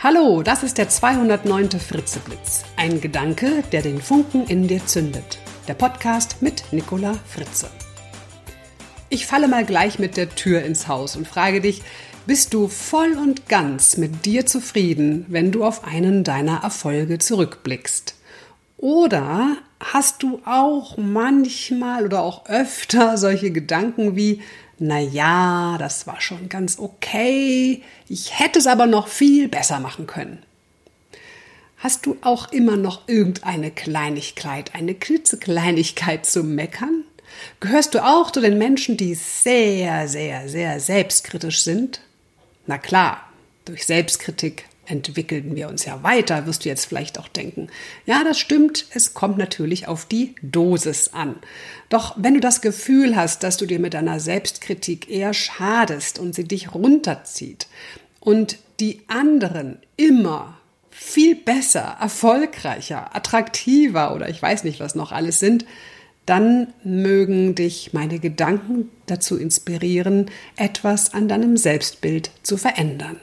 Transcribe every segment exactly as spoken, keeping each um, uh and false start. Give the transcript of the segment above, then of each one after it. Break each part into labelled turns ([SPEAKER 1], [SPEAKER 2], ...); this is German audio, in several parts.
[SPEAKER 1] Hallo, das ist der zweihundertneunte Fritzeblitz. Ein Gedanke, der den Funken in dir zündet. Der Podcast mit Nicola Fritze. Ich falle mal gleich mit der Tür ins Haus und frage dich, bist du voll und ganz mit dir zufrieden, wenn du auf einen deiner Erfolge zurückblickst? Oder hast du auch manchmal oder auch öfter solche Gedanken wie, na ja, das war schon ganz okay, ich hätte es aber noch viel besser machen können? Hast du auch immer noch irgendeine Kleinigkeit, eine klitzekleinigkeit zu meckern? Gehörst du auch zu den Menschen, die sehr, sehr, sehr selbstkritisch sind? Na klar, durch Selbstkritik entwickeln wir uns ja weiter, wirst du jetzt vielleicht auch denken. Ja, das stimmt, es kommt natürlich auf die Dosis an. Doch wenn du das Gefühl hast, dass du dir mit deiner Selbstkritik eher schadest und sie dich runterzieht und die anderen immer viel besser, erfolgreicher, attraktiver oder ich weiß nicht, was noch alles sind, dann mögen dich meine Gedanken dazu inspirieren, etwas an deinem Selbstbild zu verändern.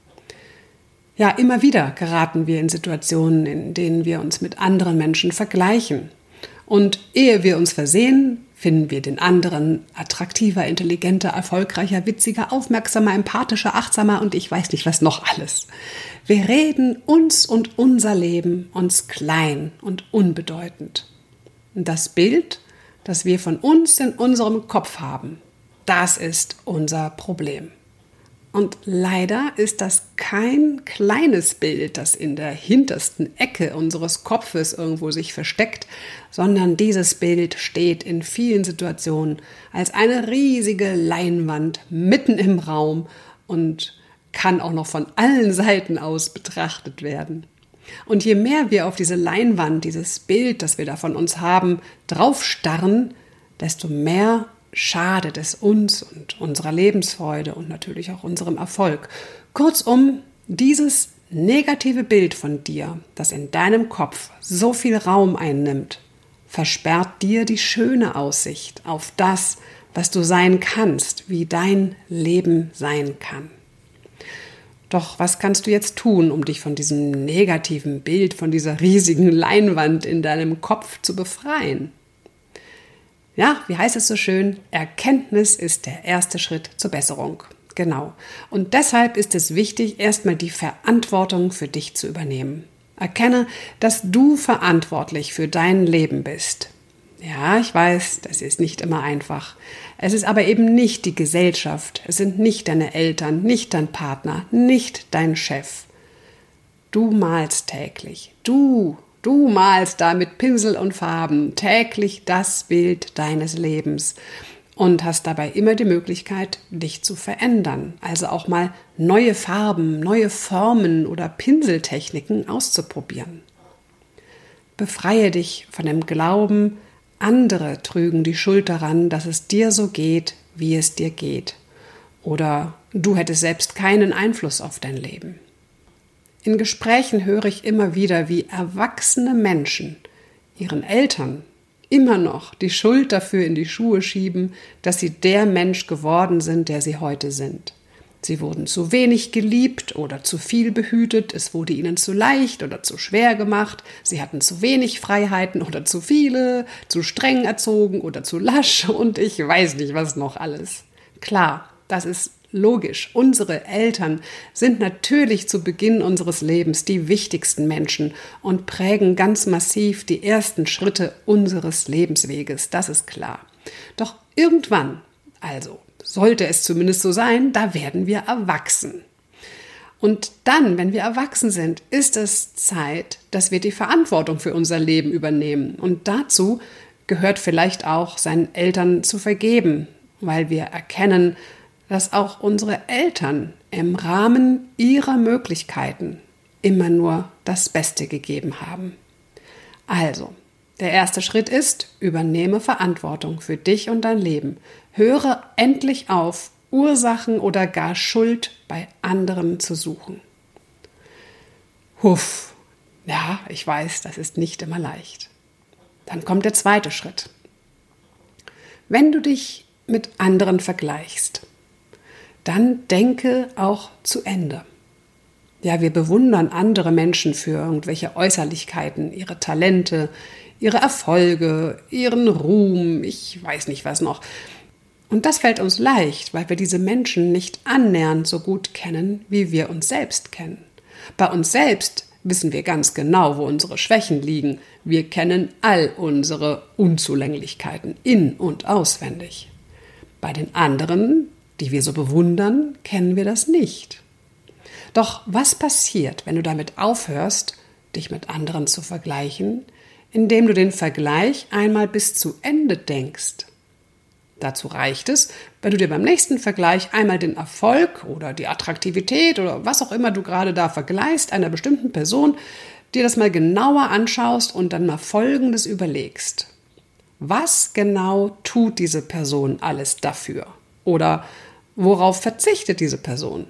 [SPEAKER 1] Ja, immer wieder geraten wir in Situationen, in denen wir uns mit anderen Menschen vergleichen. Und ehe wir uns versehen, finden wir den anderen attraktiver, intelligenter, erfolgreicher, witziger, aufmerksamer, empathischer, achtsamer und ich weiß nicht, was noch alles. Wir reden uns und unser Leben uns klein und unbedeutend. Und das Bild, das wir von uns in unserem Kopf haben, das ist unser Problem. Und leider ist das kein kleines Bild, das in der hintersten Ecke unseres Kopfes irgendwo sich versteckt, sondern dieses Bild steht in vielen Situationen als eine riesige Leinwand mitten im Raum und kann auch noch von allen Seiten aus betrachtet werden. Und je mehr wir auf diese Leinwand, dieses Bild, das wir da von uns haben, draufstarren, desto mehr schadet es uns und unserer Lebensfreude und natürlich auch unserem Erfolg. Kurzum, dieses negative Bild von dir, das in deinem Kopf so viel Raum einnimmt, versperrt dir die schöne Aussicht auf das, was du sein kannst, wie dein Leben sein kann. Doch was kannst du jetzt tun, um dich von diesem negativen Bild, von dieser riesigen Leinwand in deinem Kopf zu befreien? Ja, wie heißt es so schön? Erkenntnis ist der erste Schritt zur Besserung. Genau. Und deshalb ist es wichtig, erstmal die Verantwortung für dich zu übernehmen. Erkenne, dass du verantwortlich für dein Leben bist. Ja, ich weiß, das ist nicht immer einfach. Es ist aber eben nicht die Gesellschaft, es sind nicht deine Eltern, nicht dein Partner, nicht dein Chef. Du malst täglich. Du Du malst da mit Pinsel und Farben täglich das Bild deines Lebens und hast dabei immer die Möglichkeit, dich zu verändern. Also auch mal neue Farben, neue Formen oder Pinseltechniken auszuprobieren. Befreie dich von dem Glauben, andere trügen die Schuld daran, dass es dir so geht, wie es dir geht. Oder du hättest selbst keinen Einfluss auf dein Leben. In Gesprächen höre ich immer wieder, wie erwachsene Menschen ihren Eltern immer noch die Schuld dafür in die Schuhe schieben, dass sie der Mensch geworden sind, der sie heute sind. Sie wurden zu wenig geliebt oder zu viel behütet, es wurde ihnen zu leicht oder zu schwer gemacht, sie hatten zu wenig Freiheiten oder zu viele, zu streng erzogen oder zu lasch und ich weiß nicht, was noch alles. Klar, das ist logisch, unsere Eltern sind natürlich zu Beginn unseres Lebens die wichtigsten Menschen und prägen ganz massiv die ersten Schritte unseres Lebensweges, das ist klar. Doch irgendwann, also sollte es zumindest so sein, da werden wir erwachsen. Und dann, wenn wir erwachsen sind, ist es Zeit, dass wir die Verantwortung für unser Leben übernehmen. Und dazu gehört vielleicht auch, seinen Eltern zu vergeben, weil wir erkennen, dass auch unsere Eltern im Rahmen ihrer Möglichkeiten immer nur das Beste gegeben haben. Also, der erste Schritt ist, übernehme Verantwortung für dich und dein Leben. Höre endlich auf, Ursachen oder gar Schuld bei anderen zu suchen. Huff, ja, ich weiß, das ist nicht immer leicht. Dann kommt der zweite Schritt. Wenn du dich mit anderen vergleichst, dann denke auch zu Ende. Ja, wir bewundern andere Menschen für irgendwelche Äußerlichkeiten, ihre Talente, ihre Erfolge, ihren Ruhm, ich weiß nicht was noch. Und das fällt uns leicht, weil wir diese Menschen nicht annähernd so gut kennen, wie wir uns selbst kennen. Bei uns selbst wissen wir ganz genau, wo unsere Schwächen liegen. Wir kennen all unsere Unzulänglichkeiten in- und auswendig. Bei den anderen, die wir so bewundern, kennen wir das nicht. Doch was passiert, wenn du damit aufhörst, dich mit anderen zu vergleichen, indem du den Vergleich einmal bis zu Ende denkst? Dazu reicht es, wenn du dir beim nächsten Vergleich einmal den Erfolg oder die Attraktivität oder was auch immer du gerade da vergleichst einer bestimmten Person, dir das mal genauer anschaust und dann mal Folgendes überlegst. Was genau tut diese Person alles dafür? Oder worauf verzichtet diese Person?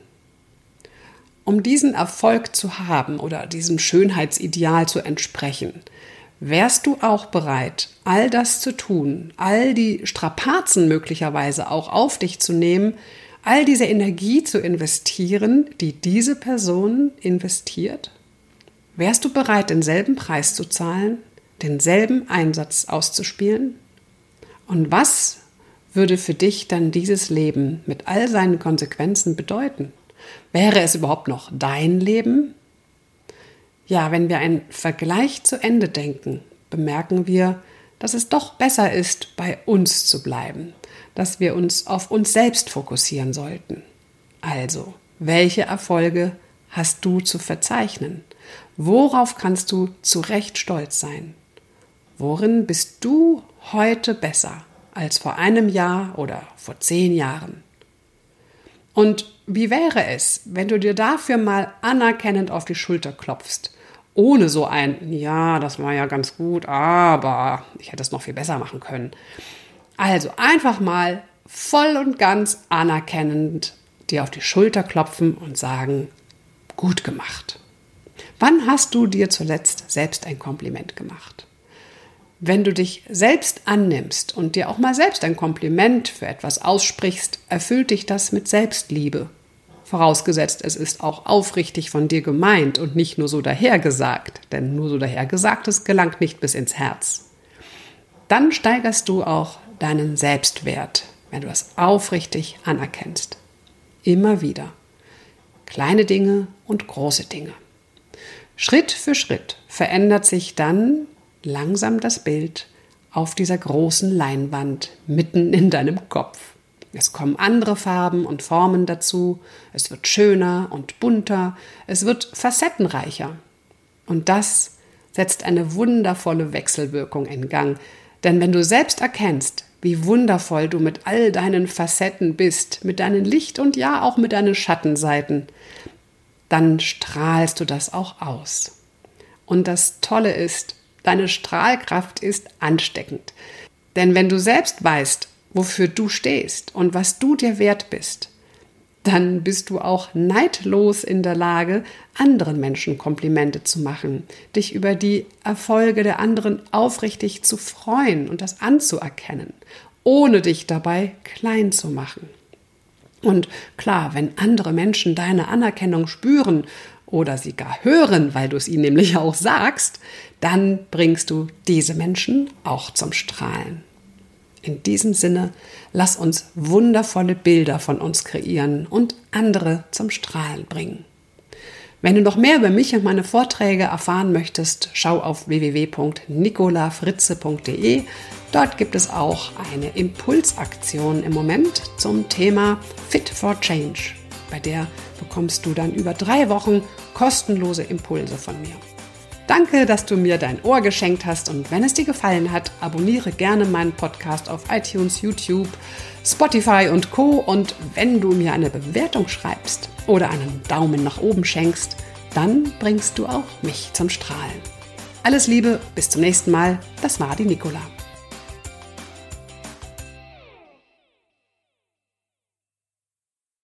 [SPEAKER 1] Um diesen Erfolg zu haben oder diesem Schönheitsideal zu entsprechen, wärst du auch bereit, all das zu tun, all die Strapazen möglicherweise auch auf dich zu nehmen, all diese Energie zu investieren, die diese Person investiert? Wärst du bereit, denselben Preis zu zahlen, denselben Einsatz auszuspielen? Und was würde für dich dann dieses Leben mit all seinen Konsequenzen bedeuten? Wäre es überhaupt noch dein Leben? Ja, wenn wir einen Vergleich zu Ende denken, bemerken wir, dass es doch besser ist, bei uns zu bleiben, dass wir uns auf uns selbst fokussieren sollten. Also, welche Erfolge hast du zu verzeichnen? Worauf kannst du zu Recht stolz sein? Worin bist du heute besser als vor einem Jahr oder vor zehn Jahren? Und wie wäre es, wenn du dir dafür mal anerkennend auf die Schulter klopfst, ohne so ein, ja, das war ja ganz gut, aber ich hätte es noch viel besser machen können. Also einfach mal voll und ganz anerkennend dir auf die Schulter klopfen und sagen, gut gemacht. Wann hast du dir zuletzt selbst ein Kompliment gemacht? Wenn du dich selbst annimmst und dir auch mal selbst ein Kompliment für etwas aussprichst, erfüllt dich das mit Selbstliebe. Vorausgesetzt, es ist auch aufrichtig von dir gemeint und nicht nur so dahergesagt, denn nur so dahergesagtes gelangt nicht bis ins Herz. Dann steigerst du auch deinen Selbstwert, wenn du es aufrichtig anerkennst. Immer wieder. Kleine Dinge und große Dinge. Schritt für Schritt verändert sich dann langsam das Bild auf dieser großen Leinwand mitten in deinem Kopf. Es kommen andere Farben und Formen dazu, es wird schöner und bunter, es wird facettenreicher. Und das setzt eine wundervolle Wechselwirkung in Gang. Denn wenn du selbst erkennst, wie wundervoll du mit all deinen Facetten bist, mit deinen Licht- und ja auch mit deinen Schattenseiten, dann strahlst du das auch aus. Und das Tolle ist, deine Strahlkraft ist ansteckend. Denn wenn du selbst weißt, wofür du stehst und was du dir wert bist, dann bist du auch neidlos in der Lage, anderen Menschen Komplimente zu machen, dich über die Erfolge der anderen aufrichtig zu freuen und das anzuerkennen, ohne dich dabei klein zu machen. Und klar, wenn andere Menschen deine Anerkennung spüren oder sie gar hören, weil du es ihnen nämlich auch sagst, dann bringst du diese Menschen auch zum Strahlen. In diesem Sinne, lass uns wundervolle Bilder von uns kreieren und andere zum Strahlen bringen. Wenn du noch mehr über mich und meine Vorträge erfahren möchtest, schau auf w w w punkt nicola fritze punkt d e. Dort gibt es auch eine Impulsaktion im Moment zum Thema Fit for Change. Bei der bekommst du dann über drei Wochen kostenlose Impulse von mir. Danke, dass du mir dein Ohr geschenkt hast und wenn es dir gefallen hat, abonniere gerne meinen Podcast auf iTunes, YouTube, Spotify und Co. Und wenn du mir eine Bewertung schreibst oder einen Daumen nach oben schenkst, dann bringst du auch mich zum Strahlen. Alles Liebe, bis zum nächsten Mal, das war die Nicola.